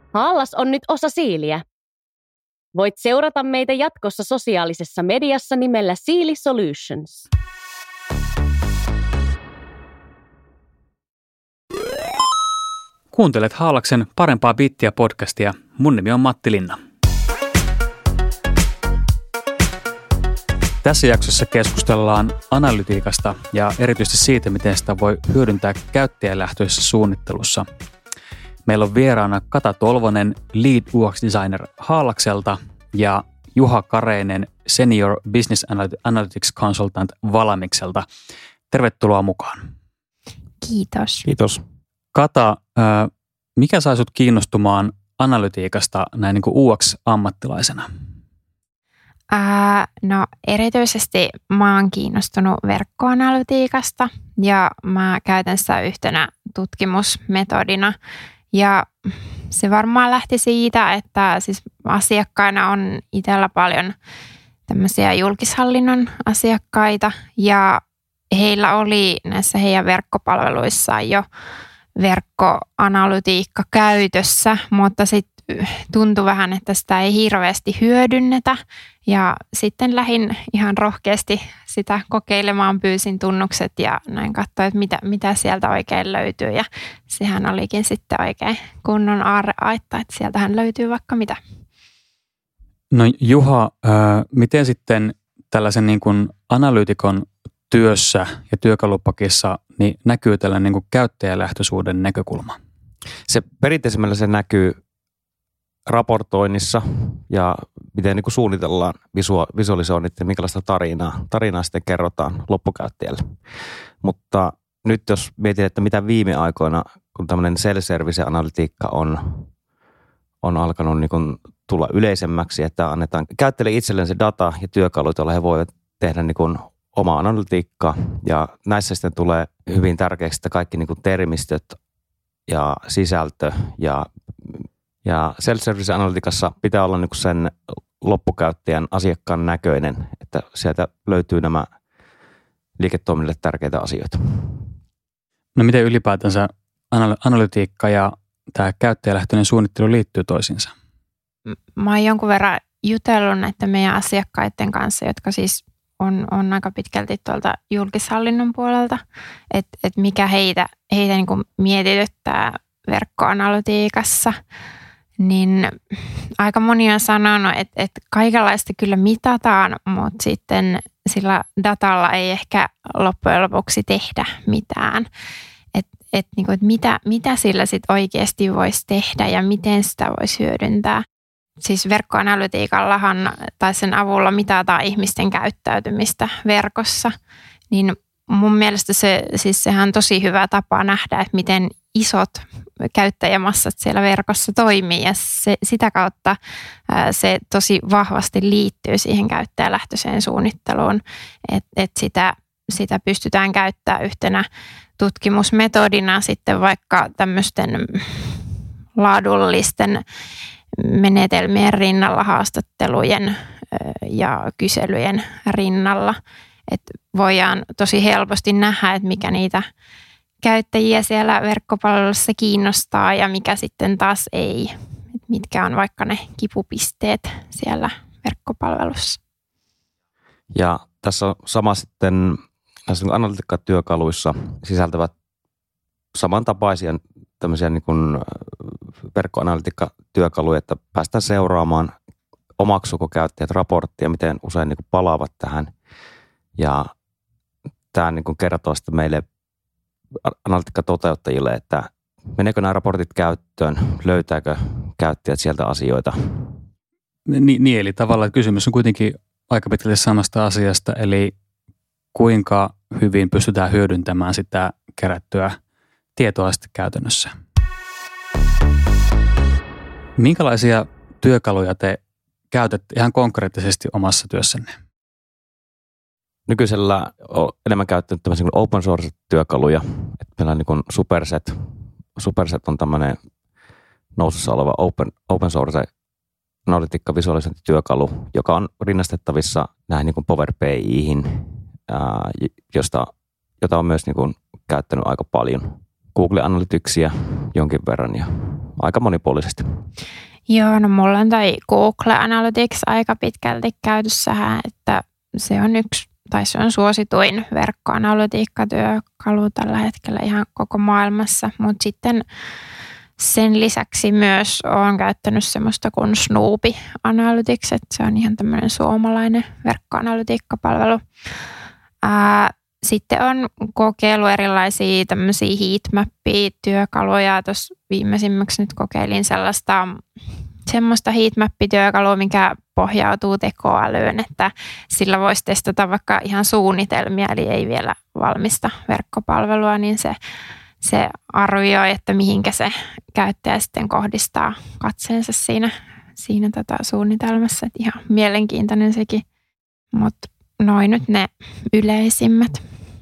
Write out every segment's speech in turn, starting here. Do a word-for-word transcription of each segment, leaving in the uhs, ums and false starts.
Haallas on nyt osa Siiliä. Voit seurata meitä jatkossa sosiaalisessa mediassa nimellä Siili Solutions. Kuuntelet Haallaksen Parempaa bittiä podcastia. Mun nimi on Matti Linna. Tässä jaksossa keskustellaan analytiikasta ja erityisesti siitä, miten sitä voi hyödyntää käyttäjälähtöisessä suunnittelussa. Meillä on vieraana Kata Tolvonen, Lead U X Designer Haallakselta ja Juha Kareinen, Senior Business Analytics Consultant Valamikselta. Tervetuloa mukaan. Kiitos. Kiitos. Kata, mikä sai sut kiinnostumaan analytiikasta näin niin kuin U X-ammattilaisena? Ää, no erityisesti mä oon kiinnostunut verkkoanalytiikasta ja mä käytän sitä yhtenä tutkimusmetodina. Ja se varmaan lähti siitä, että siis asiakkaina on itsellä paljon tämmöisiä julkishallinnon asiakkaita ja heillä oli näissä heidän verkkopalveluissaan jo verkkoanalytiikka käytössä, mutta sitten tuntui vähän, että sitä ei hirveästi hyödynnetä ja sitten lähdin ihan rohkeasti sitä kokeilemaan, pyysin tunnukset ja näin katsoin, että mitä, mitä sieltä oikein löytyy ja sehän olikin sitten oikein kunnon aarreaitta, että sieltähän löytyy vaikka mitä. No Juha, äh, miten sitten tällaisen niin kuin analyytikon työssä ja työkalupakissa niin näkyy tällainen niin kuin käyttäjälähtöisyyden näkökulma? Se perinteisellä se näkyy raportoinnissa ja miten niin kuin suunnitellaan visua- visualisoinnit ja minkälaista tarinaa, tarinaa sitten kerrotaan loppukäyttäjälle. Mutta nyt jos mietin, että mitä viime aikoina, kun tämmöinen self-service-analytiikka on, on alkanut niin kuin tulla yleisemmäksi, että annetaan käyttäjille itselleen se data ja työkalut, joilla he voivat tehdä niin kuin omaa analytiikkaa. Ja näissä sitten tulee hyvin tärkeäksi, että kaikki niin kuin termistöt ja sisältö ja Ja self-service-analytikassa pitää olla niin kuin sen loppukäyttäjän asiakkaan näköinen, että sieltä löytyy nämä liiketoiminnille tärkeitä asioita. No miten ylipäätänsä analytiikka ja tämä käyttäjälähtöinen suunnittelu liittyy toisiinsa? Mä oon jonkun verran jutellut näiden meidän asiakkaiden kanssa, jotka siis on, on aika pitkälti tuolta julkishallinnon puolelta, että et mikä heitä, heitä niin kuin mietityttää verkkoanalytiikassa. Niin aika moni on sanonut, että, että kaikenlaista kyllä mitataan, mutta sitten sillä datalla ei ehkä loppujen lopuksi tehdä mitään. Et, et, niin kuin, että mitä, mitä sillä sitten oikeasti voisi tehdä ja miten sitä voisi hyödyntää. Siis verkkoanalytiikallahan tai sen avulla mitataan ihmisten käyttäytymistä verkossa, niin mun mielestä se, siis sehän on tosi hyvä tapa nähdä, että miten isot käyttäjämassat siellä verkossa toimii ja se, sitä kautta ää, se tosi vahvasti liittyy siihen käyttäjälähtöiseen suunnitteluun, että et sitä, sitä pystytään käyttämään yhtenä tutkimusmetodina sitten vaikka tämmöisten laadullisten menetelmien rinnalla, haastattelujen ää, ja kyselyjen rinnalla, että voidaan tosi helposti nähdä, että mikä niitä käyttäjiä siellä verkkopalvelussa kiinnostaa ja mikä sitten taas ei. Mitkä on vaikka ne kipupisteet siellä verkkopalvelussa. Ja tässä on sama sitten näissä analytiikkatyökaluissa sisältävät samantapaisia tämmöisiä niin kuin verkkoanalytiikkatyökaluja, että päästään seuraamaan omaksuuko käyttäjät raporttia, miten usein niin kuin palaavat tähän. Ja tämä niin kuin kertoo sitten meille analytiikkatoteuttajille, että meneekö nämä raportit käyttöön, löytääkö käyttäjät sieltä asioita. Niin, niin eli tavallaan kysymys on kuitenkin aika pitkälti samasta asiasta, eli kuinka hyvin pystytään hyödyntämään sitä kerättyä tietoa sitten käytännössä. Minkälaisia työkaluja te käytätte ihan konkreettisesti omassa työssänne? Nykyisellä on enemmän käyttänyt tämmöisiä open source-työkaluja. Että meillä on niin kuin Superset. Superset on tämmöinen nousussa oleva open, open source analytiikka-visualisointityökalu, joka on rinnastettavissa näihin niin kuin Power B I:hin, ää, josta, jota on myös niin kuin käyttänyt aika paljon. Google Analyticsia jonkin verran ja aika monipuolisesti. Joo, no mulla on toi Google Analytics aika pitkälti käytössähän, että se on yksi, tai se on suosituin verkkoanalytiikkatyökalu tällä hetkellä ihan koko maailmassa, mutta sitten sen lisäksi myös olen käyttänyt semmoista kuin Snoopy Analytics, että se on ihan tämmöinen suomalainen verkkoanalytiikkapalvelu. Ää, Sitten on kokeillut erilaisia tämmöisiä heatmap-työkaluja. Tuossa viimeisimmäksi nyt kokeilin sellaista semmoista heatmap-työkalua, mikä pohjautuu tekoälyyn, että sillä voisi testata vaikka ihan suunnitelmia, eli ei vielä valmista verkkopalvelua, niin se, se arvioi, että mihinkä se käyttäjä sitten kohdistaa katseensa siinä, siinä tota suunnitelmassa. Et ihan mielenkiintoinen sekin, mutta noin nyt ne yleisimmät.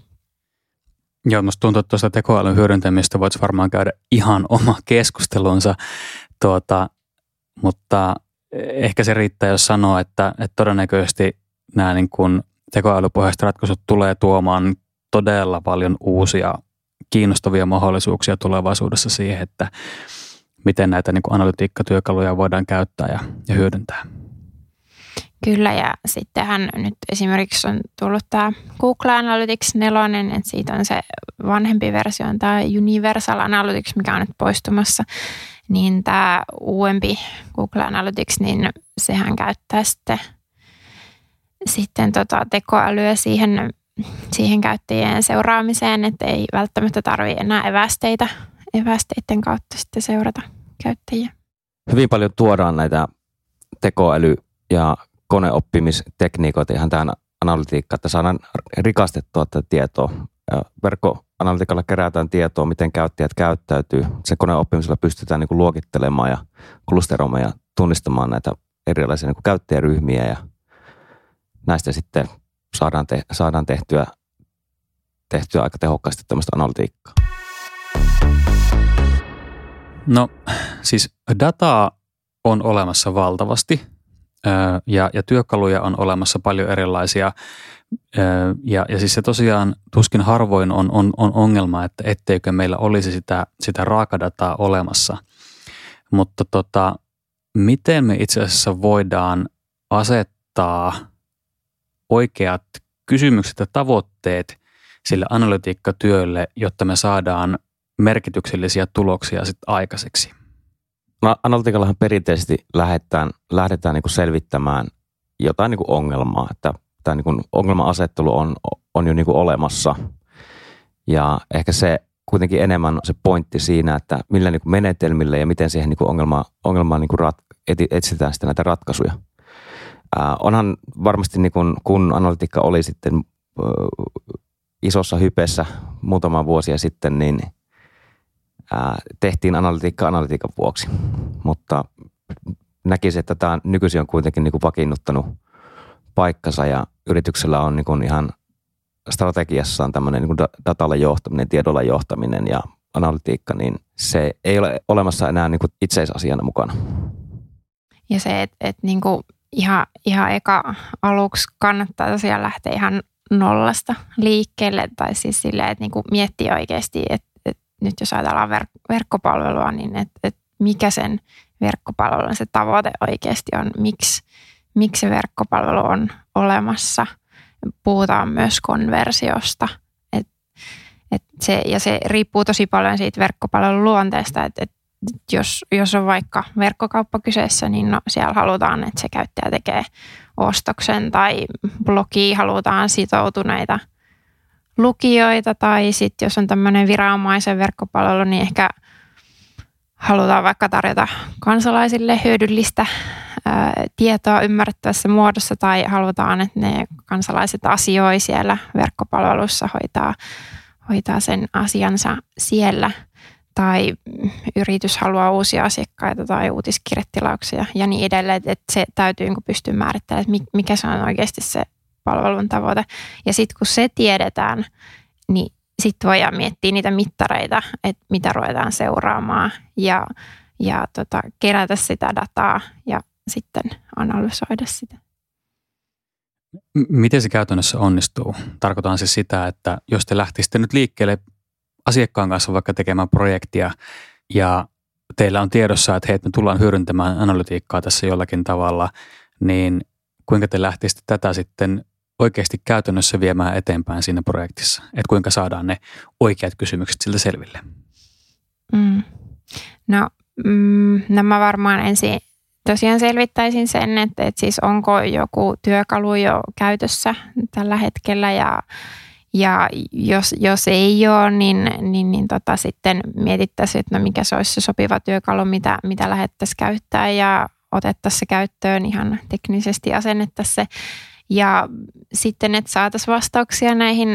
Joo, musta tuntuu, että tuosta tekoälyn hyödyntämistä voisi varmaan käydä ihan oma keskustelunsa, tuota, mutta ehkä se riittää, jos sanoo, että, että todennäköisesti nämä niin kuin tekoälypohjaiset ratkaisut tulee tuomaan todella paljon uusia kiinnostavia mahdollisuuksia tulevaisuudessa siihen, että miten näitä niin kuin analytiikkatyökaluja voidaan käyttää ja, ja hyödyntää. Kyllä, ja sittenhän nyt esimerkiksi on tullut tämä Google Analytics neljä, että siitä on se vanhempi versio, on tämä Universal Analytics, mikä on nyt poistumassa, niin tämä uudempi Google Analytics, niin sehän käyttää sitten, sitten tota tekoälyä siihen, siihen käyttäjien seuraamiseen, että ei välttämättä tarvitse enää evästeitä, evästeiden kautta sitten seurata käyttäjiä. Hyvin paljon tuodaan näitä tekoäly- ja koneoppimistekniikoita ihan tähän analytiikkaan, että saadaan rikastettua tätä tietoa. Verkkoanalytiikalla kerätään tietoa, miten käyttäjät käyttäytyy. Sen koneoppimisella pystytään niin kuin luokittelemaan ja klusteroimaan ja tunnistamaan näitä erilaisia niin kuin käyttäjäryhmiä ja näistä sitten saadaan, te- saadaan tehtyä, tehtyä aika tehokkaasti tämmöistä analytiikkaa. No siis dataa on olemassa valtavasti. Ja, ja työkaluja on olemassa paljon erilaisia. Ja, ja siis se tosiaan tuskin harvoin on, on, on ongelma, että etteikö meillä olisi sitä, sitä raakadataa olemassa. Mutta tota, miten me itse asiassa voidaan asettaa oikeat kysymykset ja tavoitteet sille analytiikkatyölle, jotta me saadaan merkityksellisiä tuloksia sitten aikaiseksi? Analytiikallahan perinteisesti lähdetään, lähdetään niin kuin selvittämään jotain niin kuin ongelmaa, että tämä niin kuin ongelma-asettelu on, on jo niin kuin olemassa ja ehkä se kuitenkin enemmän se pointti siinä, että millä niin kuin menetelmillä ja miten siihen niin kuin ongelma, ongelmaan niin kuin rat, etsitään sitten näitä ratkaisuja. Ää, onhan varmasti niin kuin, kun analytiikka oli sitten ö, isossa hypeessä muutama vuosia sitten, niin tehtiin analytiikka analytiikan vuoksi, mutta näkisin, että tämä nykyisin on kuitenkin niin kuin vakiinnuttanut paikkansa ja yrityksellä on niin kuin ihan strategiassaan tämmöinen niin kuin datalla johtaminen, tiedolla johtaminen ja analytiikka, niin se ei ole olemassa enää niin kuin itseisasiana mukana. Ja se, että et niin kuin ihan, ihan eka aluksi kannattaa tosiaan lähteä ihan nollasta liikkeelle tai siis silleen, että niin kuin miettiä oikeasti, että nyt jos ajatellaan verk- verkkopalvelua, niin että et mikä sen verkkopalvelun se tavoite oikeasti on, miksi, miksi se verkkopalvelu on olemassa. Puhutaan myös konversiosta. Et, et se, ja se riippuu tosi paljon siitä verkkopalvelun luonteesta, että et jos, jos on vaikka verkkokauppa kyseessä, niin no, siellä halutaan, että se käyttäjä tekee ostoksen tai blogiin halutaan sitoutuneita lukijoita tai sitten jos on tämmöinen viranomaisen verkkopalvelu, niin ehkä halutaan vaikka tarjota kansalaisille hyödyllistä ää, tietoa ymmärrettävässä muodossa tai halutaan, että ne kansalaiset asioi siellä verkkopalvelussa, hoitaa, hoitaa sen asiansa siellä tai yritys haluaa uusia asiakkaita tai uutiskirjetilauksia ja niin edelleen, että se täytyy pystyä määrittelemään, että mikä se on oikeasti se palvelun tavoite. Ja sitten kun se tiedetään, niin sitten voidaan miettiä niitä mittareita, että mitä ruvetaan seuraamaan ja, ja tota, kerätä sitä dataa ja sitten analysoida sitä. Miten se käytännössä onnistuu? Tarkoitan siis sitä, että jos te lähtisitte nyt liikkeelle asiakkaan kanssa vaikka tekemään projektia ja teillä on tiedossa, että hei, me tullaan hyödyntämään analytiikkaa tässä jollakin tavalla, niin kuinka te lähtisitte tätä sitten oikeasti käytännössä viemään eteenpäin siinä projektissa? Että kuinka saadaan ne oikeat kysymykset siltä selville? Mm. No, mm, no mä varmaan ensin tosiaan selvittäisin sen, että, että siis onko joku työkalu jo käytössä tällä hetkellä ja, ja jos, jos ei ole, niin, niin, niin tota, sitten mietittäisiin, että no mikä se olisi se sopiva työkalu, mitä, mitä lähdettäisiin käyttää ja otettaisiin se käyttöön ihan teknisesti, asennettaisiin se. Ja sitten, että saataisiin vastauksia näihin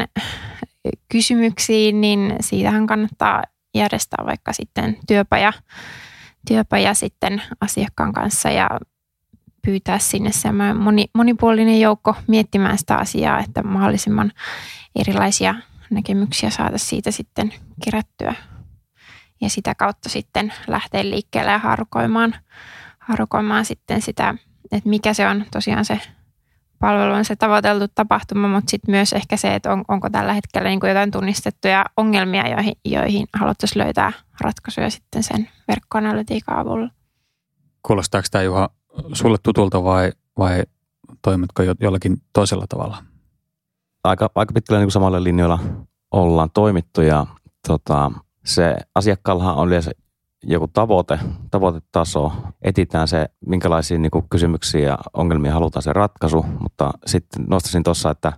kysymyksiin, niin siitähän kannattaa järjestää vaikka sitten työpaja, työpaja sitten asiakkaan kanssa ja pyytää sinne semmoinen moni, monipuolinen joukko miettimään sitä asiaa, että mahdollisimman erilaisia näkemyksiä saataisiin siitä sitten kerättyä. Ja sitä kautta sitten lähteä liikkeelle ja harukoimaan, harukoimaan sitten sitä, että mikä se on tosiaan se palvelu on se tavoiteltu tapahtuma, mutta sitten myös ehkä se, että on, onko tällä hetkellä niin kuin jotain tunnistettuja ongelmia, joihin, joihin haluttaisiin löytää ratkaisuja sitten sen verkkoanalytiikan avulla. Kuulostaako tämä, Juha, sulle tutulta vai, vai toimitko jo, jollakin toisella tavalla? Aika, aika pitkällä niin kuin samalla linjoilla ollaan toimittu ja tota, se asiakkaallahan on yleensä joku tavoite, tavoitetaso, etitään se, minkälaisia niin kuin kysymyksiä ja ongelmia halutaan se ratkaisu, mutta sitten nostaisin tuossa, että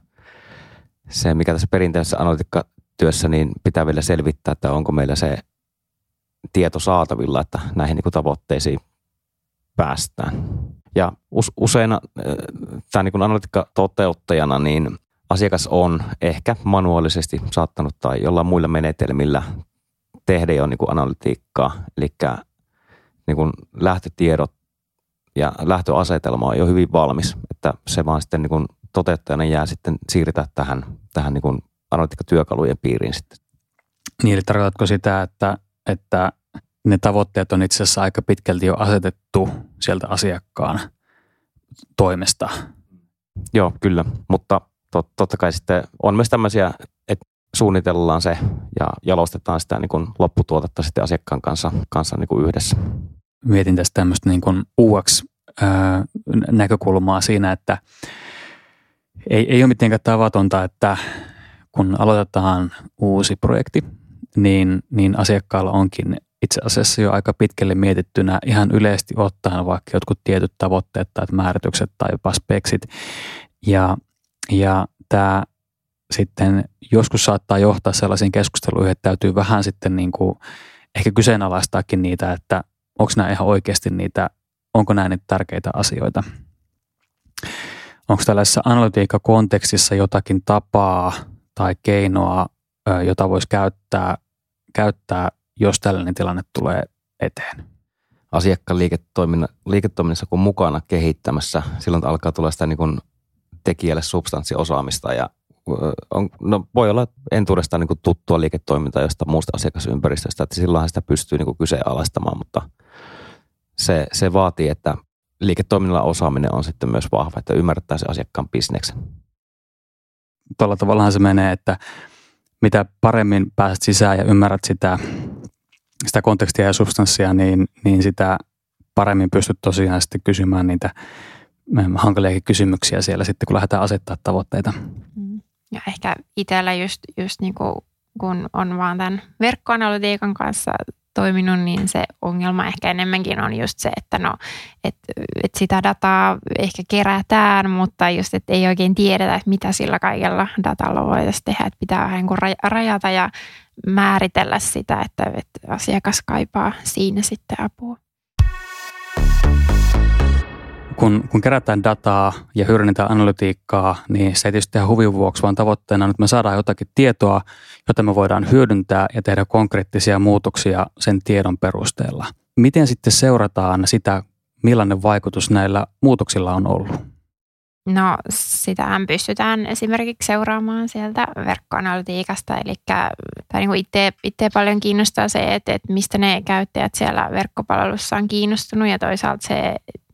se, mikä tässä perinteisessä analytiikkatyössä, niin pitää vielä selvittää, että onko meillä se tieto saatavilla, että näihin niin kuin tavoitteisiin päästään. Ja usein tämä niin kuin analytiikkatoteuttajana, niin asiakas on ehkä manuaalisesti saattanut tai jollain muilla menetelmillä tehdä jo niin kuin analytiikkaa, eli niin kuin lähtötiedot ja lähtöasetelma on jo hyvin valmis, että se vaan sitten niin kuin toteuttajana jää sitten siirtää tähän, tähän niin kuin analytiikkatyökalujen piiriin sitten. Niin, eli tarkoitatko sitä, että, että ne tavoitteet on itse asiassa aika pitkälti jo asetettu sieltä asiakkaan toimesta? Joo, kyllä, mutta tot, totta kai sitten on myös tämmöisiä, että suunnitellaan se ja jalostetaan sitä niin kuin lopputuotetta sitten asiakkaan kanssa, kanssa niin kuin yhdessä. Mietin tästä tämmöistä niin kuin U X-näkökulmaa siinä, että ei, ei ole mitenkään tavatonta, että kun aloitetaan uusi projekti, niin, niin asiakkaalla onkin itse asiassa jo aika pitkälle mietittynä ihan yleisesti ottaen vaikka jotkut tietyt tavoitteet tai määritykset tai jopa speksit. Ja, ja tämä sitten joskus saattaa johtaa sellaisiin keskusteluihin, että täytyy vähän sitten niin kuin ehkä kyseenalaistaakin niitä, että onko nämä ihan oikeasti niitä, onko nämä niitä tärkeitä asioita. Onko tällaisessa analytiikkakontekstissa jotakin tapaa tai keinoa, jota voisi käyttää, käyttää, jos tällainen tilanne tulee eteen? Asiakkaan liiketoiminnassa kun mukana kehittämässä, silloin alkaa tulla sitä niin kuin tekijälle substanssiosaamista ja on, no voi olla entuudestaan niin kuin tuttua liiketoimintaa jostain muusta asiakasympäristöstä, että silloinhan sitä pystyy niin kuin kyseenalaistamaan, mutta se, se vaatii, että liiketoiminnalla osaaminen on sitten myös vahva, että ymmärtää se asiakkaan bisneksen. Tuolla tavallahan se menee, että mitä paremmin pääset sisään ja ymmärrät sitä, sitä kontekstia ja substanssia, niin, niin sitä paremmin pystyt tosiaan sitten kysymään niitä hankaliakin kysymyksiä siellä sitten, kun lähdetään asettaa tavoitteita. Ja ehkä itsellä just, just niin kuin, kun on vaan tämän verkkoanalytiikan kanssa toiminut, niin se ongelma ehkä enemmänkin on just se, että no, et, et sitä dataa ehkä kerätään, mutta just, että ei oikein tiedetä, että mitä sillä kaikella datalla voitaisiin tehdä, että pitää vähän niin kuin rajata ja määritellä sitä, että, että asiakas kaipaa siinä sitten apua. Kun, kun kerätään dataa ja hyödynnetään analytiikkaa, niin se ei tietysti tehdä huvin vuoksi, vaan tavoitteena on, että me saadaan jotakin tietoa, jota me voidaan hyödyntää ja tehdä konkreettisia muutoksia sen tiedon perusteella. Miten sitten seurataan sitä, millainen vaikutus näillä muutoksilla on ollut? No sitähän pystytään esimerkiksi seuraamaan sieltä verkkoanalytiikasta, eli tai niin kuin itse, itse paljon kiinnostaa se, että, että mistä ne käyttäjät siellä verkkopalvelussa on kiinnostunut ja toisaalta se,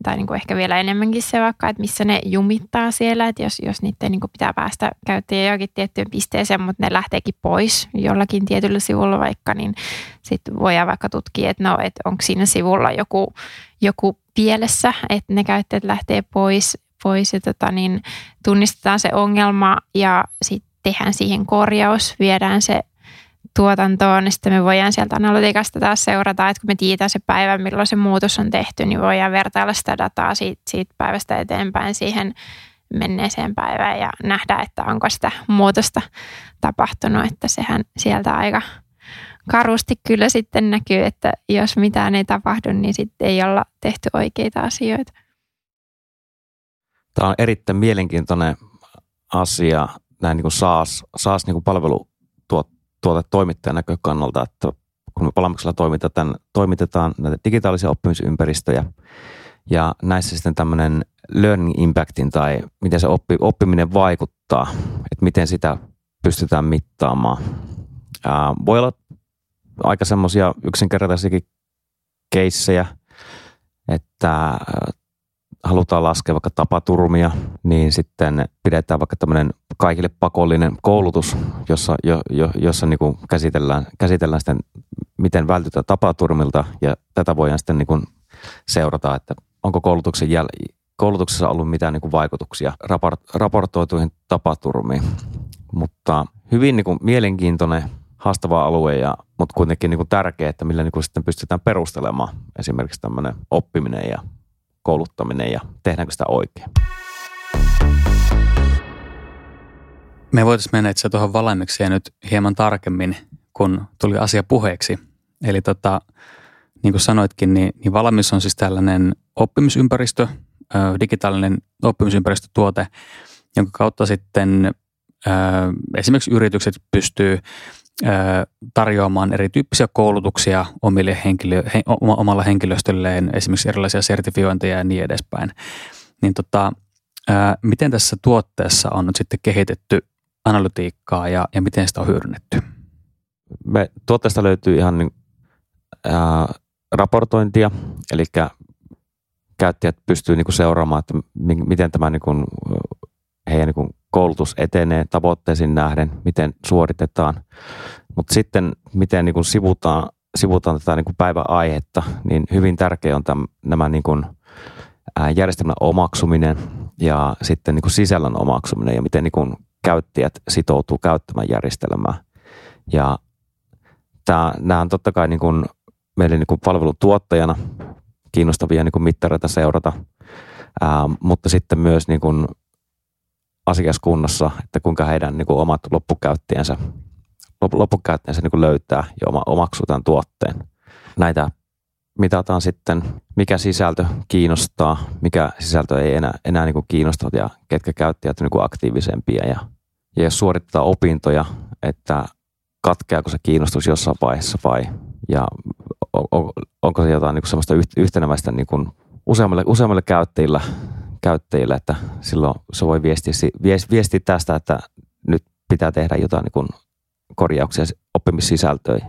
tai niin kuin ehkä vielä enemmänkin se vaikka, että missä ne jumittaa siellä, että jos, jos niiden niin kuin pitää päästä käyttäjä johonkin tiettyyn pisteeseen, mutta ne lähteekin pois jollakin tietyllä sivulla vaikka, niin sitten voidaan vaikka tutkia, että no, että onko siinä sivulla joku, joku pielessä, että ne käyttäjät lähtee pois, pois ja tota, niin tunnistetaan se ongelma ja sitten tehdään siihen korjaus, viedään se tuotantoon, niin sitten me voidaan sieltä analytiikasta taas seurata, että kun me tiedetään se päivä, milloin se muutos on tehty, niin voidaan vertailla sitä dataa siitä, siitä päivästä eteenpäin siihen menneeseen päivään ja nähdä, että onko sitä muutosta tapahtunut, että sehän sieltä aika karusti kyllä sitten näkyy, että jos mitään ei tapahdu, niin sitten ei olla tehty oikeita asioita. Tämä on erittäin mielenkiintoinen asia näin niin kuin SaaS, SaaS niin kuin palvelutuotetoimittajan näkökannalta, että kun me Palameksella toimitetaan, toimitetaan näitä digitaalisia oppimisympäristöjä ja näissä sitten tämmöinen learning impactin tai miten se oppi, oppiminen vaikuttaa, että miten sitä pystytään mittaamaan. Ää, voi olla aika semmoisia yksinkertaisiakin keissejä, että halutaan laskea vaikka tapaturmia, niin sitten pidetään vaikka tämmöinen kaikille pakollinen koulutus, jossa, jo, jo, jossa niin kuin käsitellään, käsitellään sitten, miten vältytään tapaturmilta, ja tätä voidaan sitten niin kuin seurata, että onko koulutuksen jäl- koulutuksessa ollut mitään niin kuin vaikutuksia raport- raportoituihin tapaturmiin. Mutta hyvin niin kuin mielenkiintoinen, haastava alue, ja, mutta kuitenkin niin kuin tärkeä, että millä niin kuin sitten pystytään perustelemaan esimerkiksi tämmöinen oppiminen ja kouluttaminen ja tehdäänkö sitä oikein. Me voitaisiin mennä itse tuohon valmiikseen nyt hieman tarkemmin, kun tuli asia puheeksi. Eli tota, niin kuin sanoitkin, niin, niin valmis on siis tällainen oppimisympäristö, digitaalinen oppimisympäristötuote, jonka kautta sitten esimerkiksi yritykset pystyy tarjoamaan erityyppisiä koulutuksia omille henkilö, he, omalla henkilöstölleen, esimerkiksi erilaisia sertifiointeja ja niin edespäin. Niin tota, ää, miten tässä tuotteessa on nyt sitten kehitetty analytiikkaa ja, ja miten sitä on hyödynnetty? Me, tuotteesta löytyy ihan niin, ää, raportointia, eli käyttäjät pystyy niin kuin seuraamaan, että miten tämä niin kuin, heidän niin kuin koulutus etenee tavoitteisiin nähden, miten suoritetaan, mutta sitten miten niin kuin sivutaan, sivutaan tätä niin kuin päiväaihetta, niin hyvin tärkeä on tämän, nämä niin kuin, ää, järjestelmän omaksuminen ja sitten niin kuin sisällön omaksuminen ja miten niin kuin käyttäjät sitoutuu käyttämään järjestelmää. Ja tämä, nämä on totta kai niin kuin meille niin kuin palvelutuottajana kiinnostavia niin kuin mittareita seurata, ää, mutta sitten myös niin kuin asiakaskunnassa, että kuinka heidän niin kuin omat loppukäyttäjänsä, loppukäyttäjänsä niin kuin löytää ja oma, omaksuu tämän tuotteen. Näitä mitataan sitten, mikä sisältö kiinnostaa, mikä sisältö ei enää, enää niin kuin kiinnosta ja ketkä käyttäjät on niin kuin aktiivisempia. Ja, ja jos suoritetaan opintoja, että katkeako se kiinnostus jossain vaiheessa vai ja on, on, onko se jotain niin kuin semmoista yhteneväistä niin kuin useammalle, useammalle käyttäjillä, käyttäjille, että silloin se voi viestiä, viestiä tästä, että nyt pitää tehdä jotain niin kuin korjauksia oppimissisältöihin.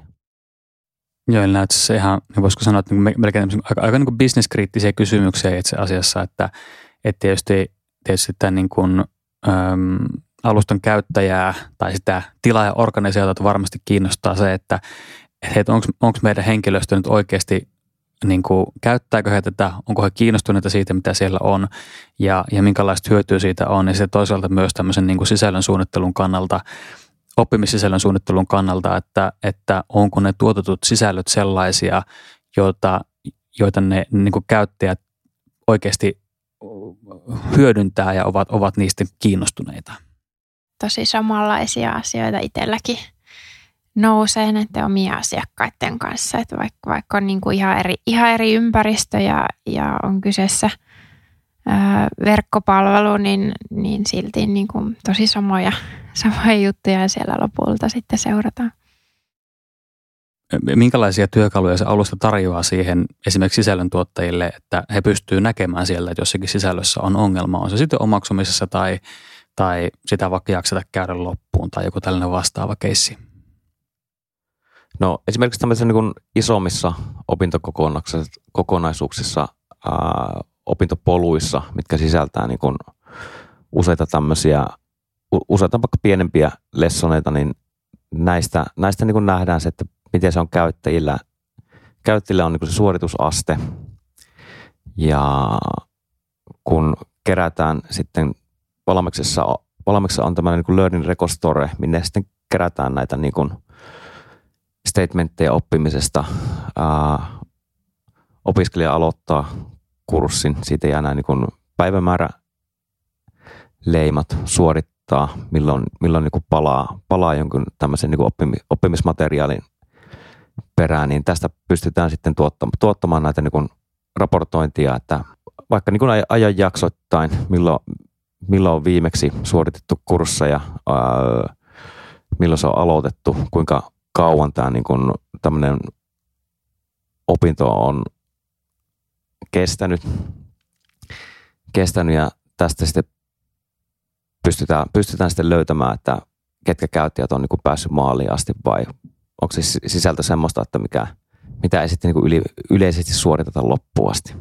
Joo, eli näyttäisi se ihan, voisiko sanoa, että melkein aika, aika niin kuin bisneskriittisiä kysymyksiä itse asiassa, että, että tietysti, tietysti tämän niin kuin, äm, alustan käyttäjää tai sitä tilaajaorganisaatiota varmasti kiinnostaa se, että, että onko meidän henkilöstö nyt oikeasti niin kuin, käyttääkö he tätä, onko he kiinnostuneita siitä, mitä siellä on ja, ja minkälaista hyötyä siitä on. Ja sitten toisaalta myös tämmöisen niin kuin sisällön suunnittelun kannalta, oppimissisällön suunnittelun kannalta, että, että onko ne tuotetut sisällöt sellaisia, joita, joita ne niin kuin käyttäjät oikeasti hyödyntää ja ovat, ovat niistä kiinnostuneita. Tosi samanlaisia asioita itselläkin nousee näiden omien asiakkaiden kanssa, että vaikka, vaikka on niin kuin ihan, eri, ihan eri ympäristö ja, ja on kyseessä ää, verkkopalvelu, niin, niin silti niin kuin tosi samoja, samoja juttuja siellä lopulta sitten seurataan. Minkälaisia työkaluja se alusta tarjoaa siihen esimerkiksi sisällöntuottajille, että he pystyvät näkemään siellä, että jossakin sisällössä on ongelma, on se sitten omaksumisessa tai, tai sitä vaikka jakseta käydä loppuun tai joku tällainen vastaava keissi? No esimerkiksi tämmöisissä niin kuin isommissa opintokokonaisuuksissa ää, opintopoluissa, mitkä sisältää niin kuin useita tämmöisiä, useita vaikka pienempiä lessoneita, niin näistä, näistä niin kuin nähdään se, että miten se on käyttäjillä. Käyttäjillä on niin kuin se suoritusaste ja kun kerätään sitten valmiksessa, valmiksessa on tämmöinen niin kuin learning record store, minne sitten kerätään näitä niin kuin statementteja oppimisesta. Ää, opiskelija aloittaa kurssin, siitä jää nämä niin kuin päivämäärä leimat suorittaa, milloin, milloin niin kuin palaa, palaa jonkun tämmöisen niin kuin oppimis, oppimismateriaalin perään, niin tästä pystytään sitten tuottamaan, tuottamaan näitä niin kuin raportointia, että vaikka niin kuin ajanjaksoittain, milloin, milloin on viimeksi suoritettu kursseja, ää, milloin se on aloitettu, kuinka kauan tämä niin kuin tämmöinen opinto on kestänyt, kestänyt ja tästä sitten pystytään, pystytään sitten löytämään, että ketkä käyttäjät on niin kuin päässyt maaliin asti vai onko siis sisältö semmoista, että mikä, mitä ei sitten niin kuin yli, yleisesti suoriteta loppuun asti.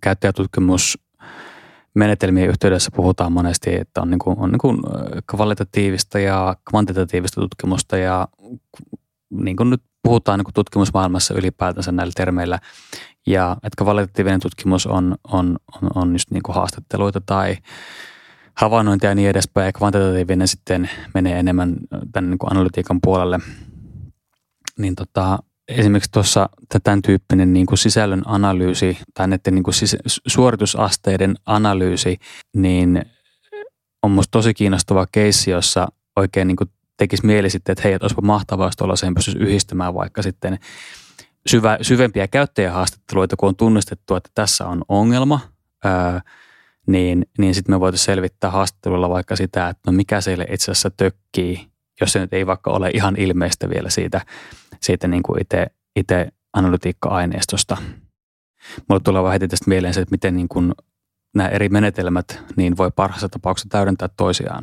Käyttäjätutkimusmenetelmien yhteydessä puhutaan monesti, että on, niin kuin, on niin kuin kvalitatiivista ja kvantitatiivista tutkimusta ja niin kuin nyt puhutaan niin kuin tutkimusmaailmassa ylipäätänsä näillä termeillä. Ja että kvalitatiivinen tutkimus on, on, on, on just niin kuin haastatteluita tai havainnointia ja niin edespäin. Ja kvantitatiivinen sitten menee enemmän tämän niin kuin analytiikan puolelle. Niin tota, esimerkiksi tuossa tämän tyyppinen niin kuin sisällön analyysi tai näiden niin kuin sis- suoritusasteiden analyysi, niin on musta tosi kiinnostava keissi, jossa oikein niin kuin tekisi mieli sitten, että hei, että olisipa mahtavaa, jos tuollaiseen pystyisi yhdistämään vaikka sitten syvä, syvempiä käyttäjähaastatteluita, kun on tunnistettu, että tässä on ongelma, ää, niin, niin sitten me voitaisiin selvittää haastattelulla vaikka sitä, että no mikä siellä itse asiassa tökkii, jos se nyt ei vaikka ole ihan ilmeistä vielä siitä, siitä niin kuin itse, itse analytiikka-aineistosta. Mulle tulee vaan heti tästä mieleen se, että miten niin kuin nämä eri menetelmät niin voi parhaassa tapauksessa täydentää toisiaan.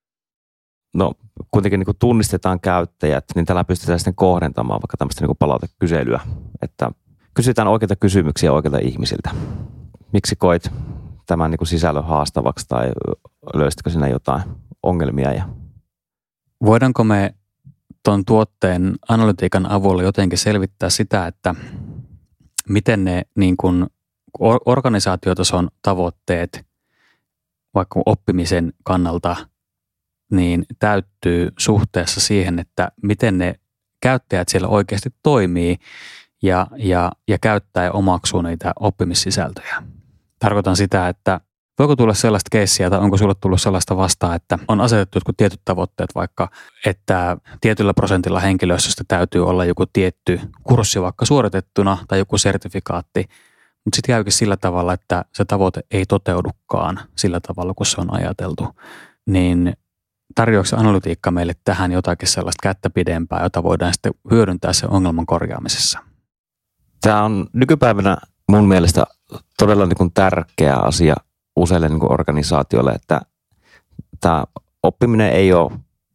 No kuitenkin niin kuin tunnistetaan käyttäjät, niin tällä pystytään sitten kohdentamaan vaikka tämmöistä niin kuin palautekyselyä, että kysytään oikeita kysymyksiä oikeilta ihmisiltä. Miksi koit tämän niin kuin sisällön haastavaksi tai löysitkö sinä jotain ongelmia? Ja voidaanko me tuon tuotteen analytiikan avulla jotenkin selvittää sitä, että miten ne niin kuin organisaatiotason tavoitteet vaikka oppimisen kannalta niin täyttyy suhteessa siihen, että miten ne käyttäjät siellä oikeasti toimii ja, ja, ja käyttää ja omaksuu niitä oppimissisältöjä. Tarkoitan sitä, että voiko tulla sellaista keissiä tai onko sinulle tullut sellaista vastaan, että on asetettu jotkut tietyt tavoitteet vaikka, että tietyllä prosentilla henkilöstöstä täytyy olla joku tietty kurssi vaikka suoritettuna tai joku sertifikaatti, mutta sitten käykin sillä tavalla, että se tavoite ei toteudukaan sillä tavalla, kun se on ajateltu, niin tarjoako analytiikka meille tähän jotakin sellaista kättä pidempää, jota voidaan sitten hyödyntää sen ongelman korjaamisessa? Tämä on nykypäivänä mun mielestä todella niin kuin tärkeä asia useille niin kuin organisaatioille, että tämä oppiminen ei ole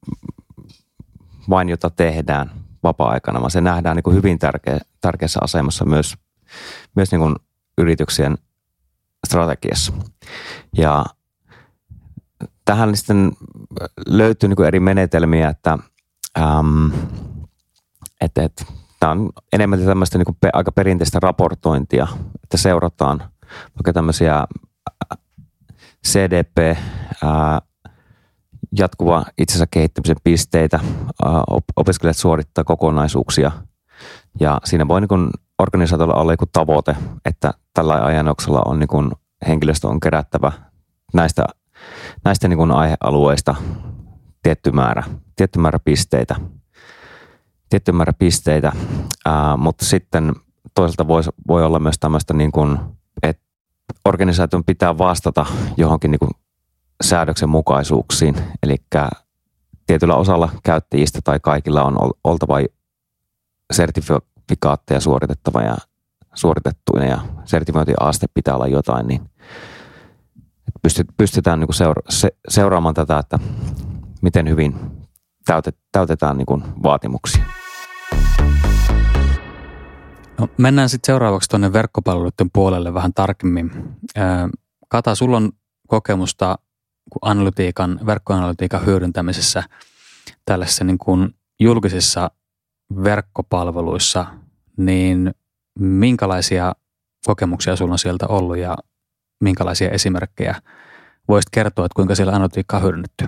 vain jota tehdään vapaa-aikana, vaan se nähdään niin kuin hyvin tärkeä, tärkeässä asemassa myös, myös niin kuin yrityksien strategiassa. Ja tähän sitten löytyy niin kuin eri menetelmiä, että, äm, että, että tämä on enemmän tämmöistä niin kuin pe, aika perinteistä raportointia, että seurataan vaikka tämmöisiä C D P, ää, jatkuva itsensä kehittämisen pisteitä, ää, opiskelijat suorittaa kokonaisuuksia ja siinä voi niin kuin organisaatiolla olla joku tavoite, että tällä ajanjaksolla on niin kuin henkilöstö on kerättävä näistä, näistä niin kuin aihealueista tietty määrä, tietty määrä pisteitä, tietty määrä pisteitä, ää, mutta sitten toisaalta voi, voi olla myös tämmöistä niin kuin, että organisaation pitää vastata johonkin niin kuin säädöksen mukaisuuksiin, eli tietyllä osalla käyttäjistä tai kaikilla on oltava sertifikaatteja suoritettava ja suoritettuina ja sertifiointiaste pitää olla jotain, niin pystytään niin kuin seura- se- seuraamaan tätä, että miten hyvin täytet- täytetään niin kuin vaatimuksia. No, mennään sitten seuraavaksi tuonne verkkopalveluiden puolelle vähän tarkemmin. Kata, sulla on kokemusta analytiikan, verkkoanalytiikan hyödyntämisessä tällaisissa niin kuin julkisissa verkkopalveluissa, niin minkälaisia kokemuksia sulla on sieltä ollut ja minkälaisia esimerkkejä voisit kertoa, että kuinka siellä analytiikkaa on hyödynnetty?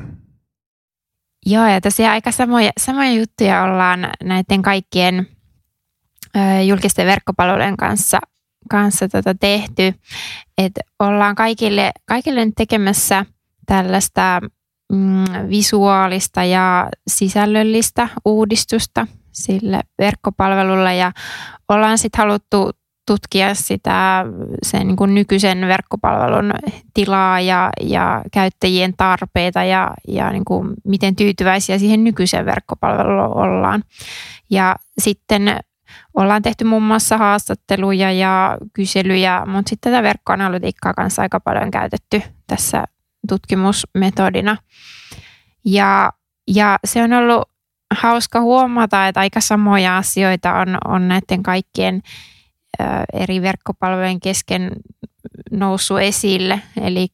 Joo, ja tosiaan aika samoja, samoja juttuja ollaan näiden kaikkien ö, julkisten verkkopalvelujen kanssa, kanssa tota tehty. Että ollaan kaikille, kaikille nyt tekemässä tällaista mm, visuaalista ja sisällöllistä uudistusta sille verkkopalvelulle ja ollaan sitten haluttu tutkia sitä sen niin kuin nykyisen verkkopalvelun tilaa ja, ja käyttäjien tarpeita ja, ja niin kuin miten tyytyväisiä siihen nykyiseen verkkopalveluun ollaan. Ja sitten ollaan tehty muun muassa haastatteluja ja kyselyjä, mutta sitten tätä verkkoanalytiikkaa kanssa aika paljon käytetty tässä tutkimusmetodina. Ja, ja se on ollut hauska huomata, että aika samoja asioita on, on näiden kaikkien eri verkkopalvelujen kesken noussut esille. Eli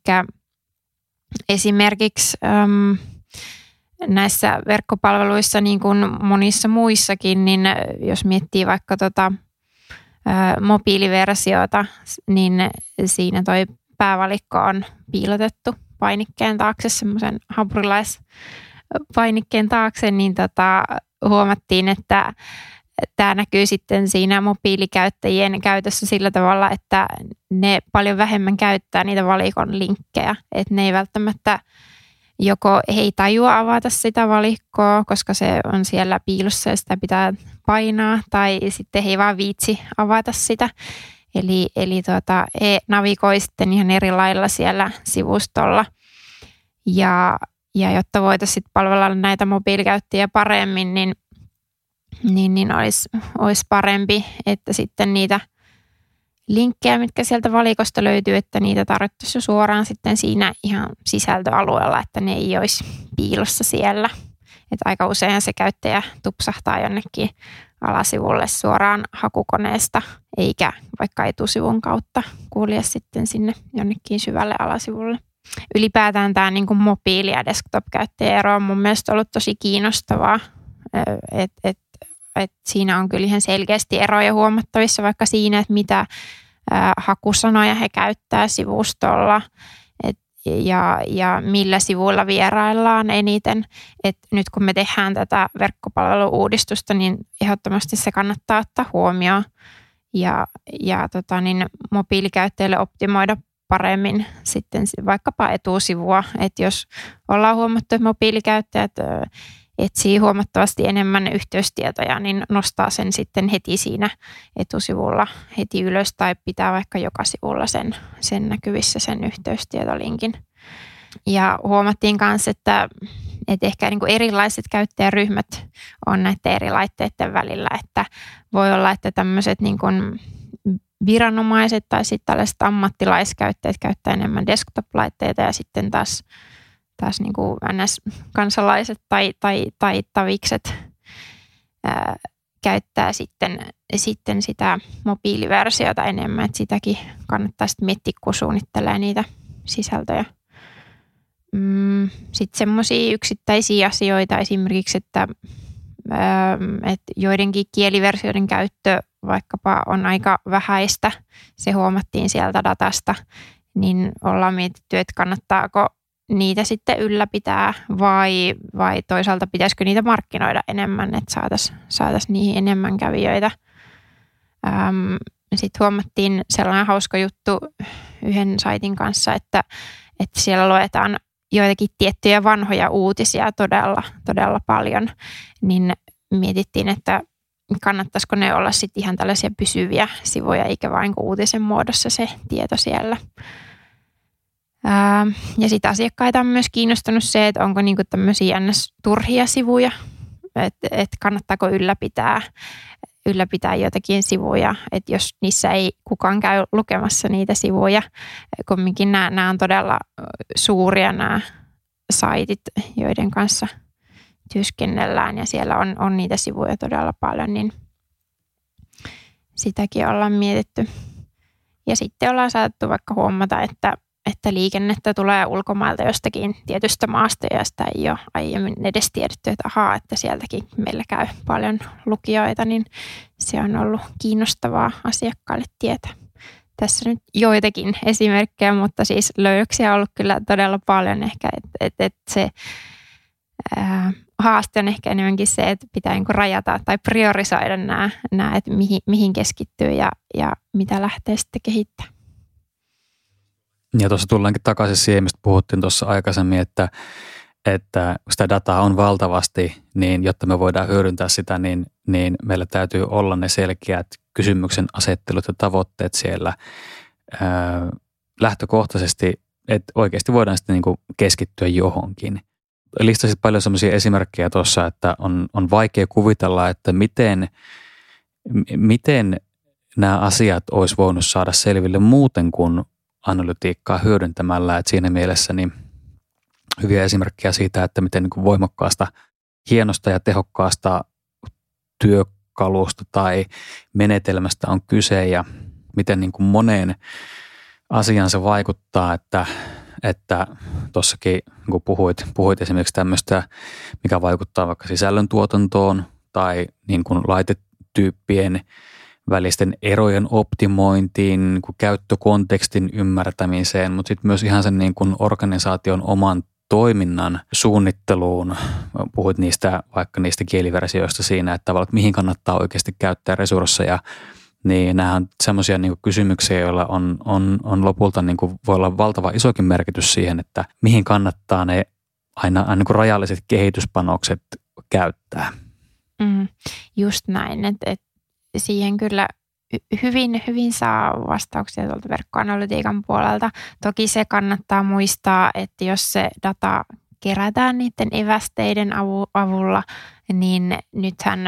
esimerkiksi äm, näissä verkkopalveluissa, niin kuin monissa muissakin, niin jos miettii vaikka tota, ä, mobiiliversiota, niin siinä toi päävalikko on piilotettu painikkeen taakse, semmoisen hampurilaispainikkeen taakse, niin tota, huomattiin, että tämä näkyy sitten siinä mobiilikäyttäjien käytössä sillä tavalla, että ne paljon vähemmän käyttää niitä valikon linkkejä. Että ne ei välttämättä joko he ei tajua avata sitä valikkoa, koska se on siellä piilossa ja sitä pitää painaa, tai sitten he ei vaan viitsi avata sitä. Eli, eli tuota, he navigoi sitten ihan eri lailla siellä sivustolla. Ja, ja jotta voitaisiin palvella näitä mobiilikäyttäjiä paremmin, niin niin, niin olisi, olisi parempi, että sitten niitä linkkejä, mitkä sieltä valikosta löytyy, että niitä tarvittaisiin jo suoraan sitten siinä ihan sisältöalueella, että ne ei olisi piilossa siellä. Että aika usein se käyttäjä tupsahtaa jonnekin alasivulle suoraan hakukoneesta, eikä vaikka etusivun kautta kulje sitten sinne jonnekin syvälle alasivulle. Ylipäätään tämä niin kuin mobiili- ja desktop-käyttäjäero on mun mielestä ollut tosi kiinnostavaa, että et, et siinä on kyllä ihan selkeästi eroja huomattavissa vaikka siinä, että mitä ää, hakusanoja he käyttää sivustolla et, ja, ja millä sivuilla vieraillaan eniten. Et nyt kun me tehdään tätä verkkopalvelu-uudistusta, niin ehdottomasti se kannattaa ottaa huomioon ja, ja tota, niin mobiilikäyttäjille optimoida paremmin sitten vaikkapa etusivua. Että jos ollaan huomattu, että mobiilikäyttäjät etsii huomattavasti enemmän yhteystietoja, niin nostaa sen sitten heti siinä etusivulla heti ylös tai pitää vaikka joka sivulla sen, sen näkyvissä sen yhteystietolinkin. Ja huomattiin myös, että, että ehkä niin kuin erilaiset käyttäjäryhmät on näiden eri laitteiden välillä, että voi olla, että tämmöiset niin kuin viranomaiset tai sitten tällaiset ammattilaiskäyttäjät käyttää enemmän desktop-laitteita ja sitten taas taas niin kuin N S-kansalaiset tai, tai, tai tavikset ää, käyttää sitten, sitten sitä mobiiliversiota enemmän, että sitäkin kannattaa sitten miettiä, kun suunnittelee niitä sisältöjä. Mm, sitten semmoisia yksittäisiä asioita esimerkiksi, että, ää, että joidenkin kieliversioiden käyttö vaikkapa on aika vähäistä, se huomattiin sieltä datasta, niin ollaan mietitty, että kannattaako niitä sitten ylläpitää vai, vai toisaalta pitäisikö niitä markkinoida enemmän, että saataisiin saatais niihin enemmän kävijöitä. Ähm, sitten huomattiin sellainen hauska juttu yhden saitin kanssa, että, että siellä luetaan joitakin tiettyjä vanhoja uutisia todella, todella paljon, niin mietittiin, että kannattaisiko ne olla sitten ihan tällaisia pysyviä sivuja, eikä vain uutisen muodossa se tieto siellä. Ja sitten asiakkaita on myös kiinnostunut se, että onko niinku tämmöisiä ns. Turhia sivuja, että et kannattaako ylläpitää, ylläpitää jotakin sivuja, että jos niissä ei kukaan käy lukemassa niitä sivuja. Kumminkin nämä, nämä on todella suuria nämä saitit, joiden kanssa työskennellään ja siellä on, on niitä sivuja todella paljon, niin sitäkin ollaan mietitty. Ja sitten ollaan saatettu vaikka huomata, että, että liikennettä tulee ulkomailta jostakin tietystä maasta ja sitä ei ole aiemmin edes tiedetty, että ahaa, että sieltäkin meillä käy paljon lukijoita, niin se on ollut kiinnostavaa asiakkaille tietää. Tässä nyt joitakin esimerkkejä, mutta siis löydöksiä on ollut kyllä todella paljon ehkä, että et, et se ää, haaste on ehkä enemmänkin se, että pitää niin kuin rajata tai priorisoida nämä, nämä että mihin, mihin keskittyy ja, ja mitä lähtee sitten kehittämään. Ja tuossa tullaankin takaisin siihen, mistä puhuttiin tuossa aikaisemmin, että, että sitä dataa on valtavasti, niin jotta me voidaan hyödyntää sitä, niin, niin meillä täytyy olla ne selkeät kysymyksen asettelut ja tavoitteet siellä ää, lähtökohtaisesti, että oikeasti voidaan sitten niin kuin keskittyä johonkin. Listasit paljon sellaisia esimerkkejä tuossa, että on, on vaikea kuvitella, että miten, miten nämä asiat olisi voinut saada selville muuten kuin analytiikkaa hyödyntämällä. Että siinä mielessä niin hyviä esimerkkejä siitä, että miten niin kuin voimakkaasta, hienosta ja tehokkaasta työkalusta tai menetelmästä on kyse ja miten niin kuin moneen asiaan se vaikuttaa, että että tuossakin kun puhuit, puhuit esimerkiksi tämmöistä, mikä vaikuttaa vaikka sisällöntuotantoon tai niin kuin laitetyyppien välisten erojen optimointiin, niin kuin käyttökontekstin ymmärtämiseen, mutta sitten myös ihan sen niin kuin organisaation oman toiminnan suunnitteluun. Puhuit niistä vaikka niistä kieliversioista siinä, että tavallaan, että mihin kannattaa oikeasti käyttää resursseja. Niin nämä on semmoisia niin kuin kysymyksiä, joilla on, on, on lopulta niin kuin voi olla valtava isokin merkitys siihen, että mihin kannattaa ne aina, aina niin kuin rajalliset kehityspanokset käyttää. Mm, just näin, että et siihen kyllä hyvin, hyvin saa vastauksia tuolta verkkoanalytiikan puolelta. Toki se kannattaa muistaa, että jos se data kerätään niiden evästeiden avulla, niin nythän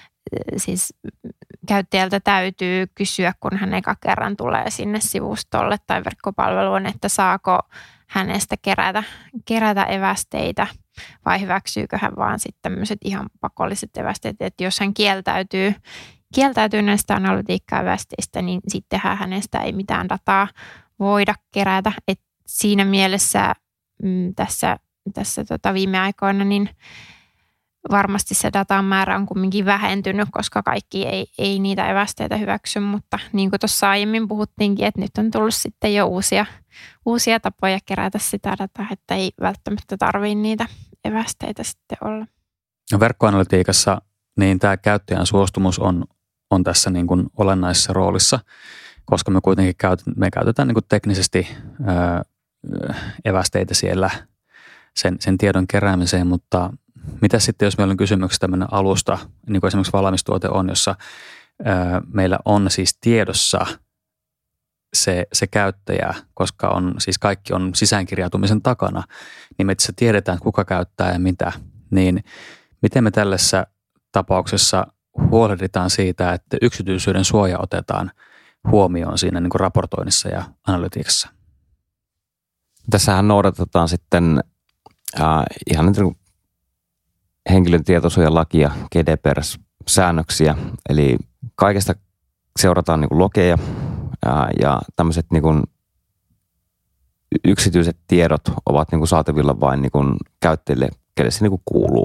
siis käyttäjältä täytyy kysyä, kun hän eka kerran tulee sinne sivustolle tai verkkopalveluun, että saako hänestä kerätä, kerätä evästeitä vai hyväksyykö hän vaan sitten tämmöiset ihan pakolliset evästeet. Että jos hän kieltäytyy, kieltäytyy näistä analytiikka-evästeistä, niin sittenhän hänestä ei mitään dataa voida kerätä. Et siinä mielessä mm, tässä, tässä tota viime aikoina niin varmasti se datan määrä on kumminkin vähentynyt, koska kaikki ei, ei niitä evästeitä hyväksy, mutta niin kuin tuossa aiemmin puhuttiinkin, että nyt on tullut sitten jo uusia, uusia tapoja kerätä sitä dataa, että ei välttämättä tarvitse niitä evästeitä sitten olla. Verkkoanalytiikassa niin tämä käyttäjän suostumus on, on tässä niin kuin olennaisessa roolissa, koska me kuitenkin käytetään, me käytetään niin kuin teknisesti ää, evästeitä siellä sen, sen tiedon keräämiseen, mutta mitä sitten, jos meillä on kysymyksessä tämmöinen alusta, niin kuin esimerkiksi valmistuote on, jossa ää, meillä on siis tiedossa se, se käyttäjä, koska on, siis kaikki on sisäänkirjautumisen takana, niin me itse tiedetään, että kuka käyttää ja mitä, niin miten me tällaisessa tapauksessa huolehditaan siitä, että yksityisyyden suoja otetaan huomioon siinä niin kuin raportoinnissa ja analytiikassa? Tässähän noudatetaan sitten äh, ihan niin kuin henkilön tietosuojalakia, G D P R-säännöksiä, eli kaikesta seurataan niin kuin logeja ää, ja tämmöiset niin kuin yksityiset tiedot ovat niin kuin saatavilla vain niin kuin käyttäjille, kelle se niin kuin kuuluu.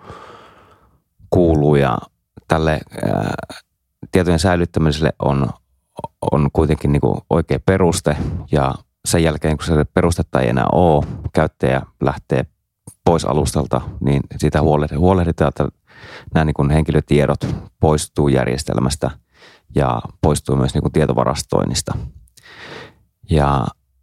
kuuluu ja tälle ää, tietojen säilyttämiselle on, on kuitenkin niin kuin oikea peruste ja sen jälkeen, kun se perustetta ei enää ole, käyttäjä lähtee pois alustalta, niin siitä huolehditaan, että nämä niin kuin henkilötiedot poistuu järjestelmästä ja poistuu myös niin kuin tietovarastoinnista. Ja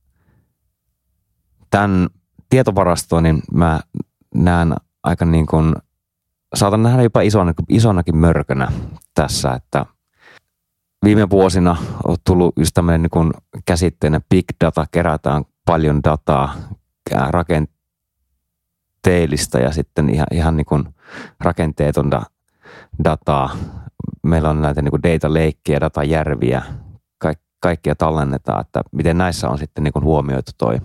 tämän tietovarastoinnin mä näen aika niin kuin, saatan nähdä jopa isona, isonakin mörkönä tässä, että viime vuosina on tullut just tämmöinen niin kuin käsitteenä big data, kerätään paljon dataa, rakenteellista teellistä ja sitten ihan, ihan niin kuin rakenteetonta dataa. Meillä on näitä niin kuin data lakeja, datajärviä, kaik, kaikkia tallennetaan, että miten näissä on sitten niin kuin huomioitu toi,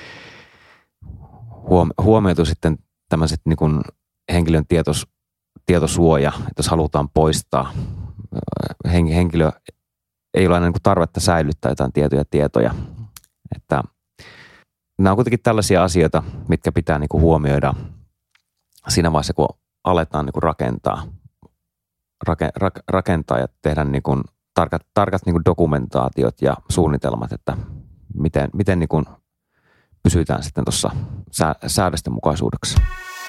huom, huomioitu sitten tämmöiset niin kuin henkilön tietos, tietosuoja, että jos halutaan poistaa henkilö ei ole aina niin kuin tarvetta säilyttää jotain tietoja tietoja. Että nämä on kuitenkin tällaisia asioita, mitkä pitää niin kuin huomioida siinä vaiheessa, kun aletaan niin kuin rakentaa, rakentaa ja tehdä niin kuin tarkat, tarkat niin kuin dokumentaatiot ja suunnitelmat, että miten, miten niin kuin pysytään sitten tuossa säädösten mukaisuudessa.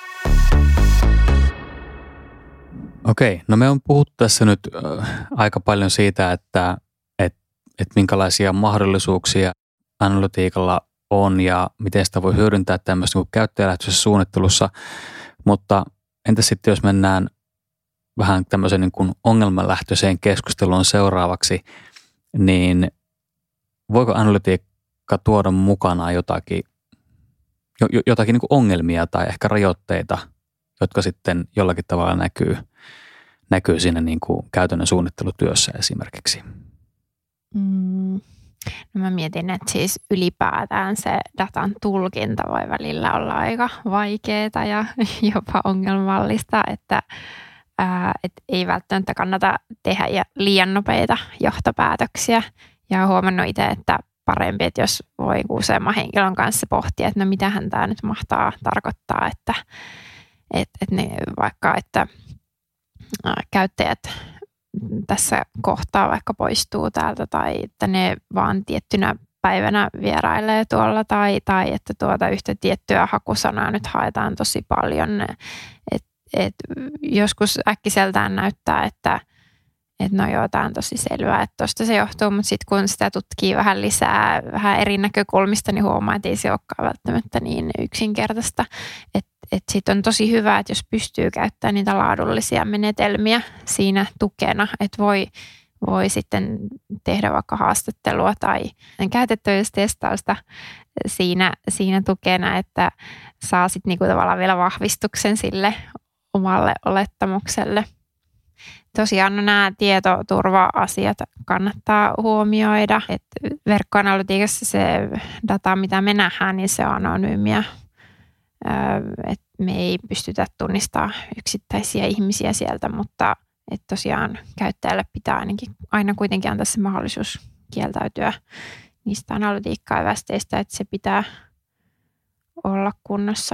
Okei, no me on puhuttu tässä nyt aika paljon siitä, että et, et minkälaisia mahdollisuuksia analytiikalla on ja miten sitä voi hyödyntää tämmöistä niin käyttäjälähtöisessä suunnittelussa, mutta entä sitten jos mennään vähän tämmöiseen niin kuin ongelmanlähtöiseen keskusteluun seuraavaksi, niin voiko analytiikka tuoda mukanaan jotakin, jotakin niin kuin ongelmia tai ehkä rajoitteita, jotka sitten jollakin tavalla näkyy, näkyy siinä niin kuin käytännön suunnittelutyössä esimerkiksi? Mm. No mä mietin, että siis ylipäätään se datan tulkinta voi välillä olla aika vaikeaa ja jopa ongelmallista, että ää, et ei välttämättä kannata tehdä liian nopeita johtopäätöksiä. Ja olen huomannut itse, että parempi, että jos voi useamman henkilön kanssa pohtia, että no mitähän tämä nyt mahtaa tarkoittaa, että et, et ne, vaikka että ää, käyttäjät tässä kohtaa vaikka poistuu täältä tai että ne vaan tiettynä päivänä vierailee tuolla tai, tai että tuota yhtä tiettyä hakusanaa nyt haetaan tosi paljon. Et, et joskus äkkiseltään näyttää, että et no joo, tämä on tosi selvää, että tuosta se johtuu, mutta sitten kun sitä tutkii vähän lisää, vähän eri näkökulmista, niin huomaa, että ei se olekaan välttämättä niin yksinkertaista. Että et sitten on tosi hyvä, että jos pystyy käyttämään niitä laadullisia menetelmiä siinä tukena, että voi, voi sitten tehdä vaikka haastattelua tai käytettävyystestausta siinä, siinä tukena, että saa sitten niinku tavallaan vielä vahvistuksen sille omalle olettamukselle. Tosiaan no, nämä tietoturva-asiat kannattaa huomioida, että verkkoanalytiikassa se data, mitä me nähdään, niin se on anonyymiä. Et me ei pystytä tunnistamaan yksittäisiä ihmisiä sieltä, mutta et tosiaan käyttäjälle pitää ainakin aina kuitenkin antaa se mahdollisuus kieltäytyä niistä analytiikka-evästeistä, että se pitää olla kunnossa.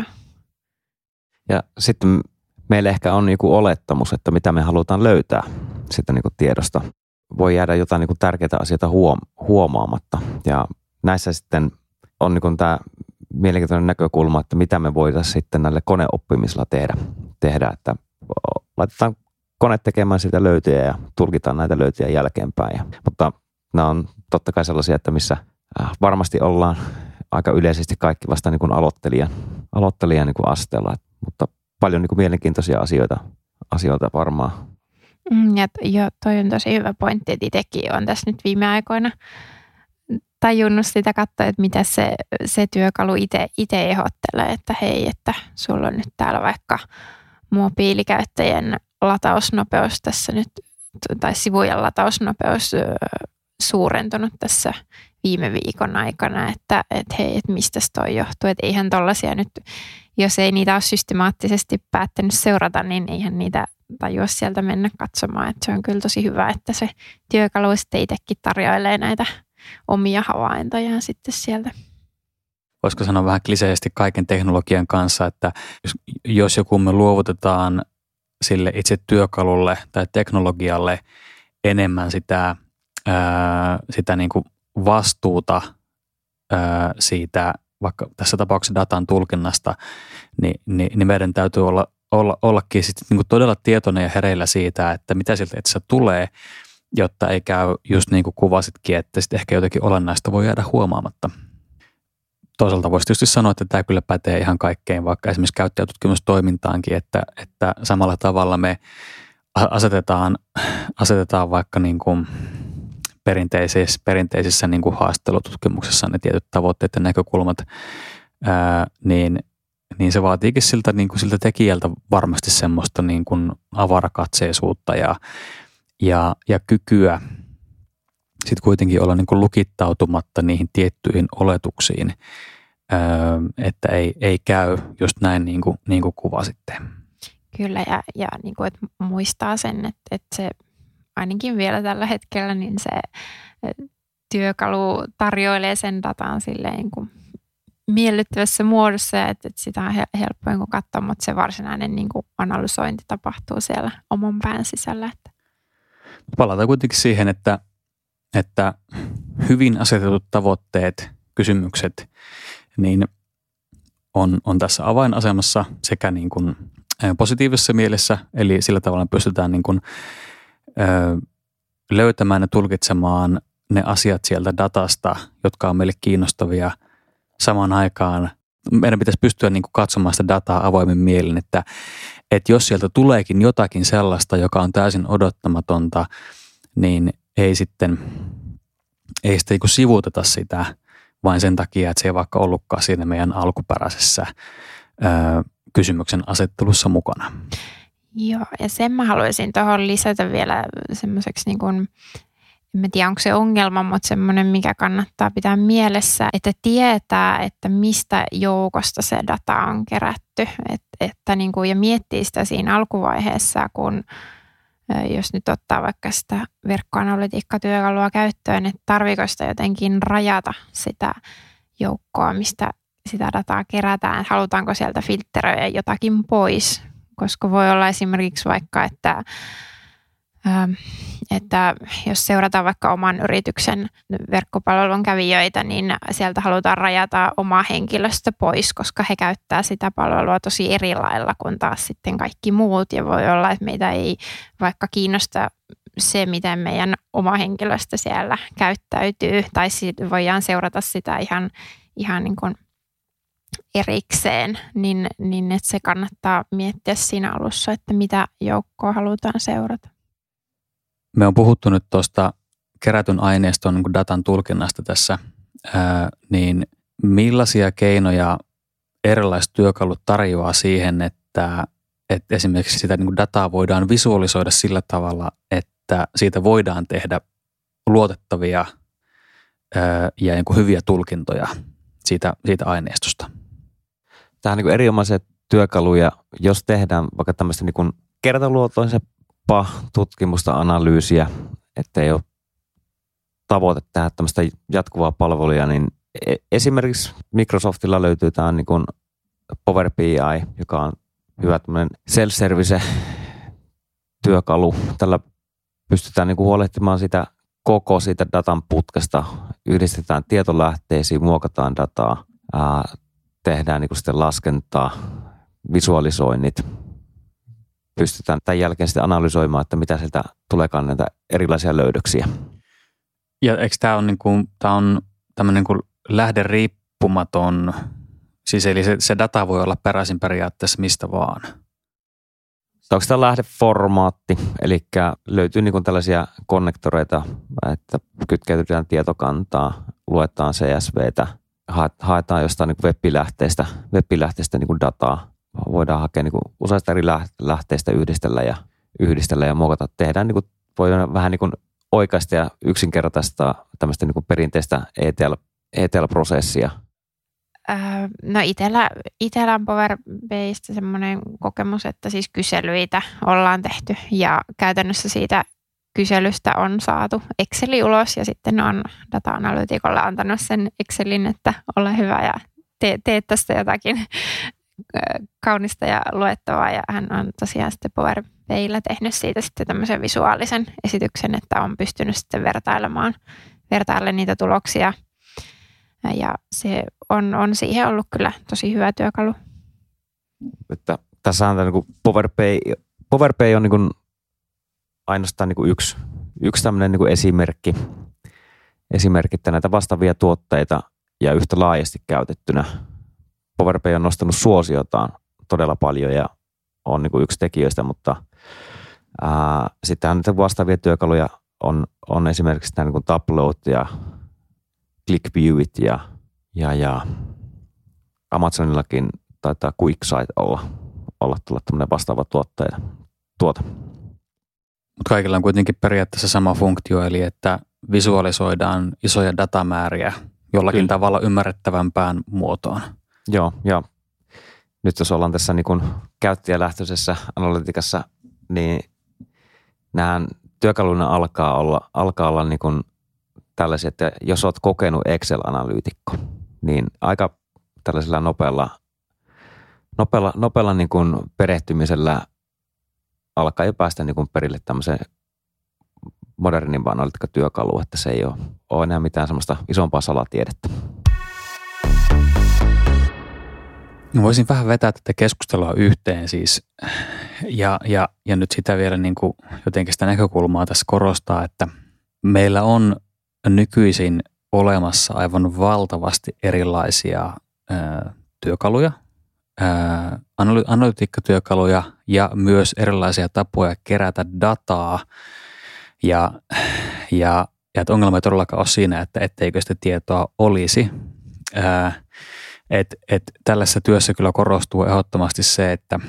Ja sitten meillä ehkä on niinku olettamus, että mitä me halutaan löytää sitten niinku tiedosta. Voi jäädä jotain niinku tärkeitä asioita huom- huomaamatta. Ja näissä sitten on niinku tämä mielenkiintoinen näkökulma, että mitä me voitaisiin sitten näille koneoppimisilla tehdä. tehdä että laitetaan kone tekemään sitä löytöjä ja tulkitaan näitä löytöjä jälkeenpäin. Ja, mutta nämä on totta kai sellaisia, että missä varmasti ollaan aika yleisesti kaikki vasta niin kuin aloittelijan, aloittelijan niin kuin asteella. Mutta paljon niin kuin mielenkiintoisia asioita, asioita varmaan. Mm, ja jo, toi on tosi hyvä pointti, että itsekin on tässä nyt viime aikoina tajunnut sitä katsoa, että mitä se, se työkalu itse ehdottelee, että hei, että sulla on nyt täällä vaikka mobiilikäyttäjien latausnopeus tässä nyt, tai sivujen latausnopeus suurentunut tässä viime viikon aikana, että et hei, että mistä toi johtuu, että eihän tollaisia nyt, jos ei niitä ole systemaattisesti päättänyt seurata, niin eihän niitä tajua sieltä mennä katsomaan, että se on kyllä tosi hyvä, että se työkalu sitten itsekin tarjoilee näitä omia havaintojaan sitten sieltä. Voisiko sanoa vähän kliseisesti kaiken teknologian kanssa, että jos, jos joku me luovutetaan sille itse työkalulle tai teknologialle enemmän sitä, ää, sitä niin kuin vastuuta ää, siitä, vaikka tässä tapauksessa datan tulkinnasta, niin, niin, niin meidän täytyy olla, olla, ollakin sitten niin kuin todella tietoinen ja hereillä siitä, että mitä sieltä itse tulee, jotta ei käy just niin kuin kuvasitkin, että sitten ehkä jotenkin olennaista voi jäädä huomaamatta. Toisaalta voisi tietysti sanoa, että tämä kyllä pätee ihan kaikkeen, vaikka esimerkiksi käyttäjätutkimustoimintaankin, että, että samalla tavalla me asetetaan, asetetaan vaikka niin kuin perinteisissä, perinteisissä niin kuin haastattelututkimuksessa ne tietyt tavoitteet ja näkökulmat, ää, niin, niin se vaatiikin siltä, niin kuin siltä tekijältä varmasti semmoista niin kuin avarakatseisuutta ja, ja, ja kykyä sitten kuitenkin olla niin kuin lukittautumatta niihin tiettyihin oletuksiin, että ei, ei käy just näin niin kuin, niin kuin kuvasitte. Kyllä, ja, ja niin kuin, että muistaa sen, että, että se ainakin vielä tällä hetkellä, niin se työkalu tarjoilee sen datan silleen niin kuin miellyttävässä muodossa, että, että sitä on helppo niin kuin katsoa, mutta se varsinainen niin kuin analysointi tapahtuu siellä oman pään sisällä. Että. Palataan kuitenkin siihen, että, että hyvin asetetut tavoitteet, kysymykset, niin on, on tässä avainasemassa sekä niin kuin positiivisessa mielessä, eli sillä tavalla pystytään niin kuin, ö, löytämään ja tulkitsemaan ne asiat sieltä datasta, jotka on meille kiinnostavia samaan aikaan. Meidän pitäisi pystyä niin kuin katsomaan sitä dataa avoimin mielin, että, että jos sieltä tuleekin jotakin sellaista, joka on täysin odottamatonta, niin ei sitten ei sitten niin kuin sivuuteta sitä vain sen takia, että se ei vaikka ollutkaan siinä meidän alkuperäisessä ö, kysymyksen asettelussa mukana. Joo, ja sen mä haluaisin tuohon lisätä vielä semmoiseksi niin kuin, en tiedä onko se ongelma, mutta semmoinen, mikä kannattaa pitää mielessä, että tietää, että mistä joukosta se data on kerätty. Et, että niin kuin, ja miettii sitä siinä alkuvaiheessa, kun jos nyt ottaa vaikka sitä verkkoanalytiikkatyökalua käyttöön, että tarviiko sitä jotenkin rajata sitä joukkoa, mistä sitä dataa kerätään. Halutaanko sieltä filtteröidä jotakin pois, koska voi olla esimerkiksi vaikka, että että jos seurataan vaikka oman yrityksen verkkopalvelun kävijöitä, niin sieltä halutaan rajata oma henkilöstö pois, koska he käyttää sitä palvelua tosi eri lailla kuin taas sitten kaikki muut. Ja voi olla, että meitä ei vaikka kiinnosta se, miten meidän oma henkilöstö siellä käyttäytyy, tai voidaan seurata sitä ihan, ihan niin kuin erikseen, niin, niin että se kannattaa miettiä siinä alussa, että mitä joukkoa halutaan seurata. Me on puhuttu nyt tuosta kerätyn aineiston niin kuin datan tulkinnasta tässä, ää, niin millaisia keinoja erilaiset työkalut tarjoaa siihen, että, että esimerkiksi sitä niin kuin dataa voidaan visualisoida sillä tavalla, että siitä voidaan tehdä luotettavia ää, ja niin kuin hyviä tulkintoja siitä, siitä aineistosta? Tämä on niin kuin erinomaisia työkaluja, jos tehdään vaikka tämmöistä niin kuin kertaluontoisen tutkimusta, analyysiä, ettei ole tavoite tehdä tämmöistä jatkuvaa palveluja, niin esimerkiksi Microsoftilla löytyy tämä niin kuin Power B I, joka on hyvä tämmöinen self-service työkalu. Tällä pystytään niin kuin huolehtimaan sitä koko siitä datan putkesta, yhdistetään tietolähteisiin, muokataan dataa, ää, tehdään niin kuin sitten laskentaa, visualisoinnit. Pystytään tämän jälkeen sitten analysoimaan, että mitä sieltä tuleekaan näitä erilaisia löydöksiä. Ja eikö tämä on, niin kuin, tämä on tämmöinen niin lähderiippumaton, siis eli se, se data voi olla peräisin periaatteessa mistä vaan? Onko tämä lähdeformaatti, eli löytyy niin kuin tällaisia konnektoreita, että kytkeytytään tietokantaa, luetaan C S V:tä, haetaan jostain niin kuin web-lähteestä, web-lähteestä niin kuin dataa. Voidaan hakea niin kuin useista eri lähteistä yhdistellä ja yhdistellä ja muokata. Tehdään niin kuin, voidaan vähän niin kuin oikaista ja yksinkertaistaa tämmöistä niin kuin perinteistä E T L, E T L-prosessia. Äh, no itellä, itellä on Power B I:stä semmoinen kokemus, että siis kyselyitä ollaan tehty ja käytännössä siitä kyselystä on saatu Exceli ulos ja sitten on data-analytikolle antanut sen Excelin, että ole hyvä ja tee, tee tästä jotakin kaunista ja luettavaa ja hän on tosiaan sitten Power B I:llä tehnyt siitä sitten tämmöisen visuaalisen esityksen, että on pystynyt sitten vertailemaan, vertailemaan niitä tuloksia ja se on, on siihen ollut kyllä tosi hyvä työkalu. Että tässä on niin Power B I, Power B I on niin kuin ainoastaan niin kuin yksi, yksi tämmöinen niin kuin esimerkki, esimerkittä näitä vastaavia tuotteita ja yhtä laajasti käytettynä. Power B I on nostanut suosiotaan todella paljon ja on niin kuin yksi tekijöistä, mutta ää, sittenhän niitä vastaavia työkaluja on, on esimerkiksi nämä niin kuin Tableau ja ClickViewit ja, ja, ja Amazonillakin taitaa QuickSight olla, olla tulla tämmöinen vastaava tuotteita, tuote. Mutta kaikilla on kuitenkin periaatteessa sama funktio, eli että visualisoidaan isoja datamääriä jollakin Kyllä. tavalla ymmärrettävämpään muotoon. Joo, ja nyt jos ollaan tässä niin kuin käyttäjälähtöisessä analytiikassa, niin nämä työkaluna alkaa olla, alkaa olla niin kuin tällaisia, että jos olet kokenut Excel-analyytikko, niin aika tällaisella nopealla, nopealla, nopealla niin kuin perehtymisellä alkaa jo päästä niin kuin perille tämmöiseen modernimpaan analytiikkatyökaluun, että se ei ole, ole enää mitään semmoista isompaa salatiedettä. Voisin vähän vetää tätä keskustelua yhteen siis ja, ja, ja nyt sitä vielä niin kuin jotenkin sitä näkökulmaa tässä korostaa, että meillä on nykyisin olemassa aivan valtavasti erilaisia ää, työkaluja, ää, analytiikkatyökaluja ja myös erilaisia tapoja kerätä dataa ja, ja, ja että ongelma ei todellakaan ole siinä, että etteikö sitä tietoa olisi. Ää, Et, et tällaisessa työssä kyllä korostuu ehdottomasti se, että,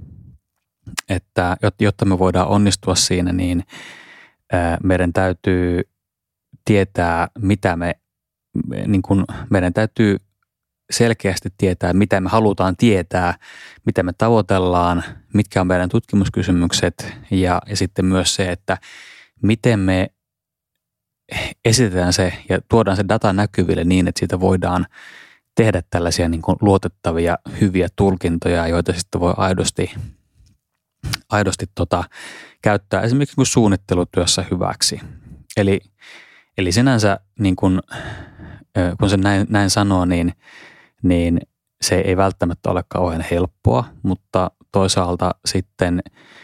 että jotta me voidaan onnistua siinä, niin ää, meidän täytyy tietää, mitä me, niin kuin meidän täytyy selkeästi tietää, mitä me halutaan tietää, mitä me tavoitellaan, mitkä on meidän tutkimuskysymykset ja, ja sitten myös se, että miten me esitetään se ja tuodaan se data näkyville niin, että siitä voidaan tehdä tällaisia niin kuin luotettavia, hyviä tulkintoja, joita sitten voi aidosti, aidosti tota, käyttää esimerkiksi niin kuin suunnittelutyössä hyväksi. Eli, eli sinänsä, niin kuin, kun se näin, näin sanoo, niin, niin se ei välttämättä ole kauhean helppoa, mutta toisaalta sitten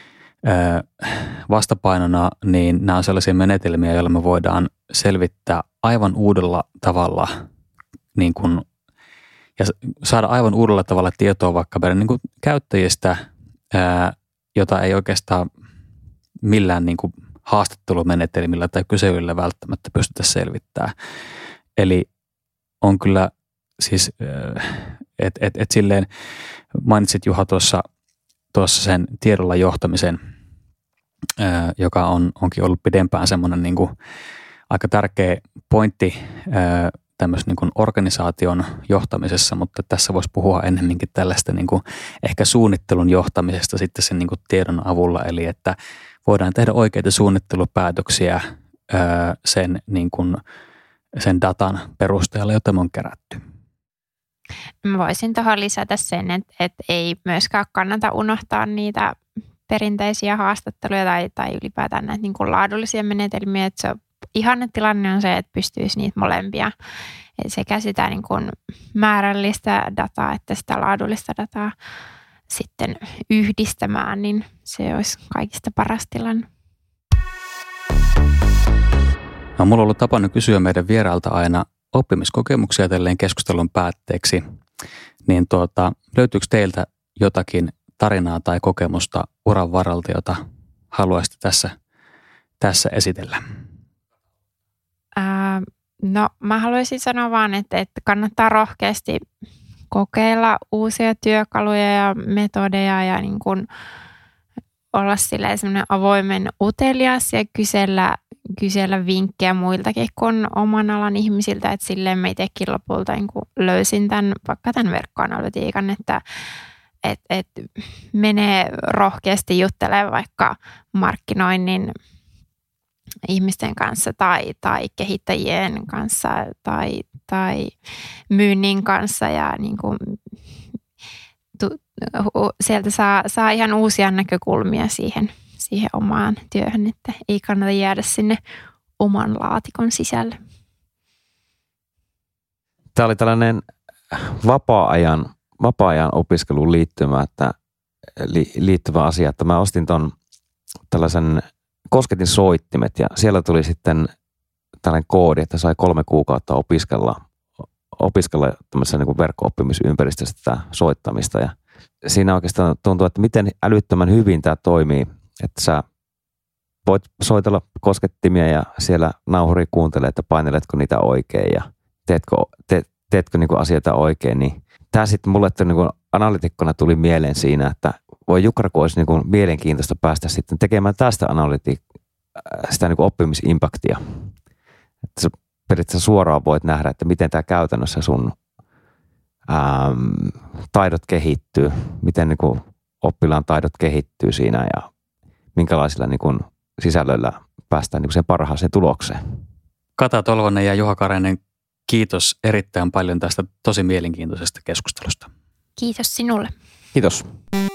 vastapainona, niin nämä on sellaisia menetelmiä, joilla me voidaan selvittää aivan uudella tavalla niin kuin ja saada aivan uudella tavalla tietoa vaikka meidän niin kuin käyttäjistä, ää, jota ei oikeastaan millään niin kuin haastattelumenetelmillä tai kyselyillä välttämättä pystytä selvittämään. Eli on kyllä siis, että et, et silleen mainitsit Juha tuossa, tuossa sen tiedolla johtamisen, ää, joka on, onkin ollut pidempään semmoinen niin kuin aika tärkeä pointti ää, tämmöisen niin kuin organisaation johtamisessa, mutta tässä voisi puhua ennemminkin tällaista niin kuin ehkä suunnittelun johtamisesta sitten sen niin kuin tiedon avulla, eli että voidaan tehdä oikeita suunnittelupäätöksiä sen, niin kuin, sen datan perusteella, jota me on kerätty. Mä voisin tuohon lisätä sen, että, että ei myöskään kannata unohtaa niitä perinteisiä haastatteluja tai, tai ylipäätään näitä niin kuin laadullisia menetelmiä, että se on ihanne tilanne on se, että pystyisi niitä molempia, sekä sitä niin kuin määrällistä dataa että sitä laadullista dataa sitten yhdistämään, niin se olisi kaikista paras tilanne. No, mulla on ollut tapana kysyä meidän vierailta aina oppimiskokemuksia tälleen keskustelun päätteeksi, niin tuota, löytyykö teiltä jotakin tarinaa tai kokemusta uran varalta, jota haluaisitte tässä, tässä esitellä? Ää, no mä haluaisin sanoa vaan, että, että kannattaa rohkeasti kokeilla uusia työkaluja ja metodeja ja niin kuin olla silleen semmoinen avoimen utelias ja kysellä, kysellä vinkkejä muiltakin kuin oman alan ihmisiltä, että silleen mä itsekin lopulta niin kuin löysin tämän, vaikka tämän verkkoanalytiikan, että et, et menee rohkeasti juttelemaan vaikka markkinoinnin ihmisten kanssa tai, tai kehittäjien kanssa tai, tai myynnin kanssa ja niin kuin, tu, sieltä saa, saa ihan uusia näkökulmia siihen, siihen omaan työhön, että ei kannata jäädä sinne oman laatikon sisälle. Tämä oli tällainen vapaa-ajan, vapaa-ajan opiskeluun liittymä, että, li, liittyvä asia, että mä ostin ton tällaisen kosketin soittimet ja siellä tuli sitten tällainen koodi, että sai kolme kuukautta opiskella, opiskella tämmöisessä niin kuin verkko-oppimisympäristössä tätä soittamista. Ja siinä oikeastaan tuntuu, että miten älyttömän hyvin tämä toimii, että sä voit soitella koskettimia ja siellä nauhuri kuuntelee, että paineletko niitä oikein ja teetkö, te, teetkö niin kuin asioita oikein. Niin tämä sitten mulle niin kuin analytikkona tuli mieleen siinä, että voi Jukra, kun olisi niin kuin mielenkiintoista päästä sitten tekemään tästä analytiikkaa, sitä niin kuin oppimisimpaktia. Että sä periaatteessa suoraan voit nähdä, että miten tämä käytännössä sun äm, taidot kehittyy, miten niin kuin oppilaan taidot kehittyy siinä ja minkälaisilla niin kuin sisällöillä päästään niin kuin siihen parhaaseen tulokseen. Kata Tolvanen ja Juha Kareinen, kiitos erittäin paljon tästä tosi mielenkiintoisesta keskustelusta. Kiitos sinulle. Kiitos.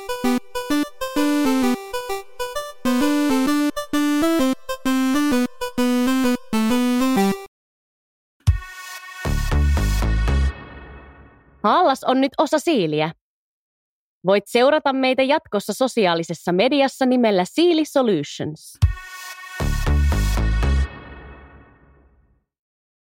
Haallas on nyt osa Siiliä. Voit seurata meitä jatkossa sosiaalisessa mediassa nimellä Siili Solutions.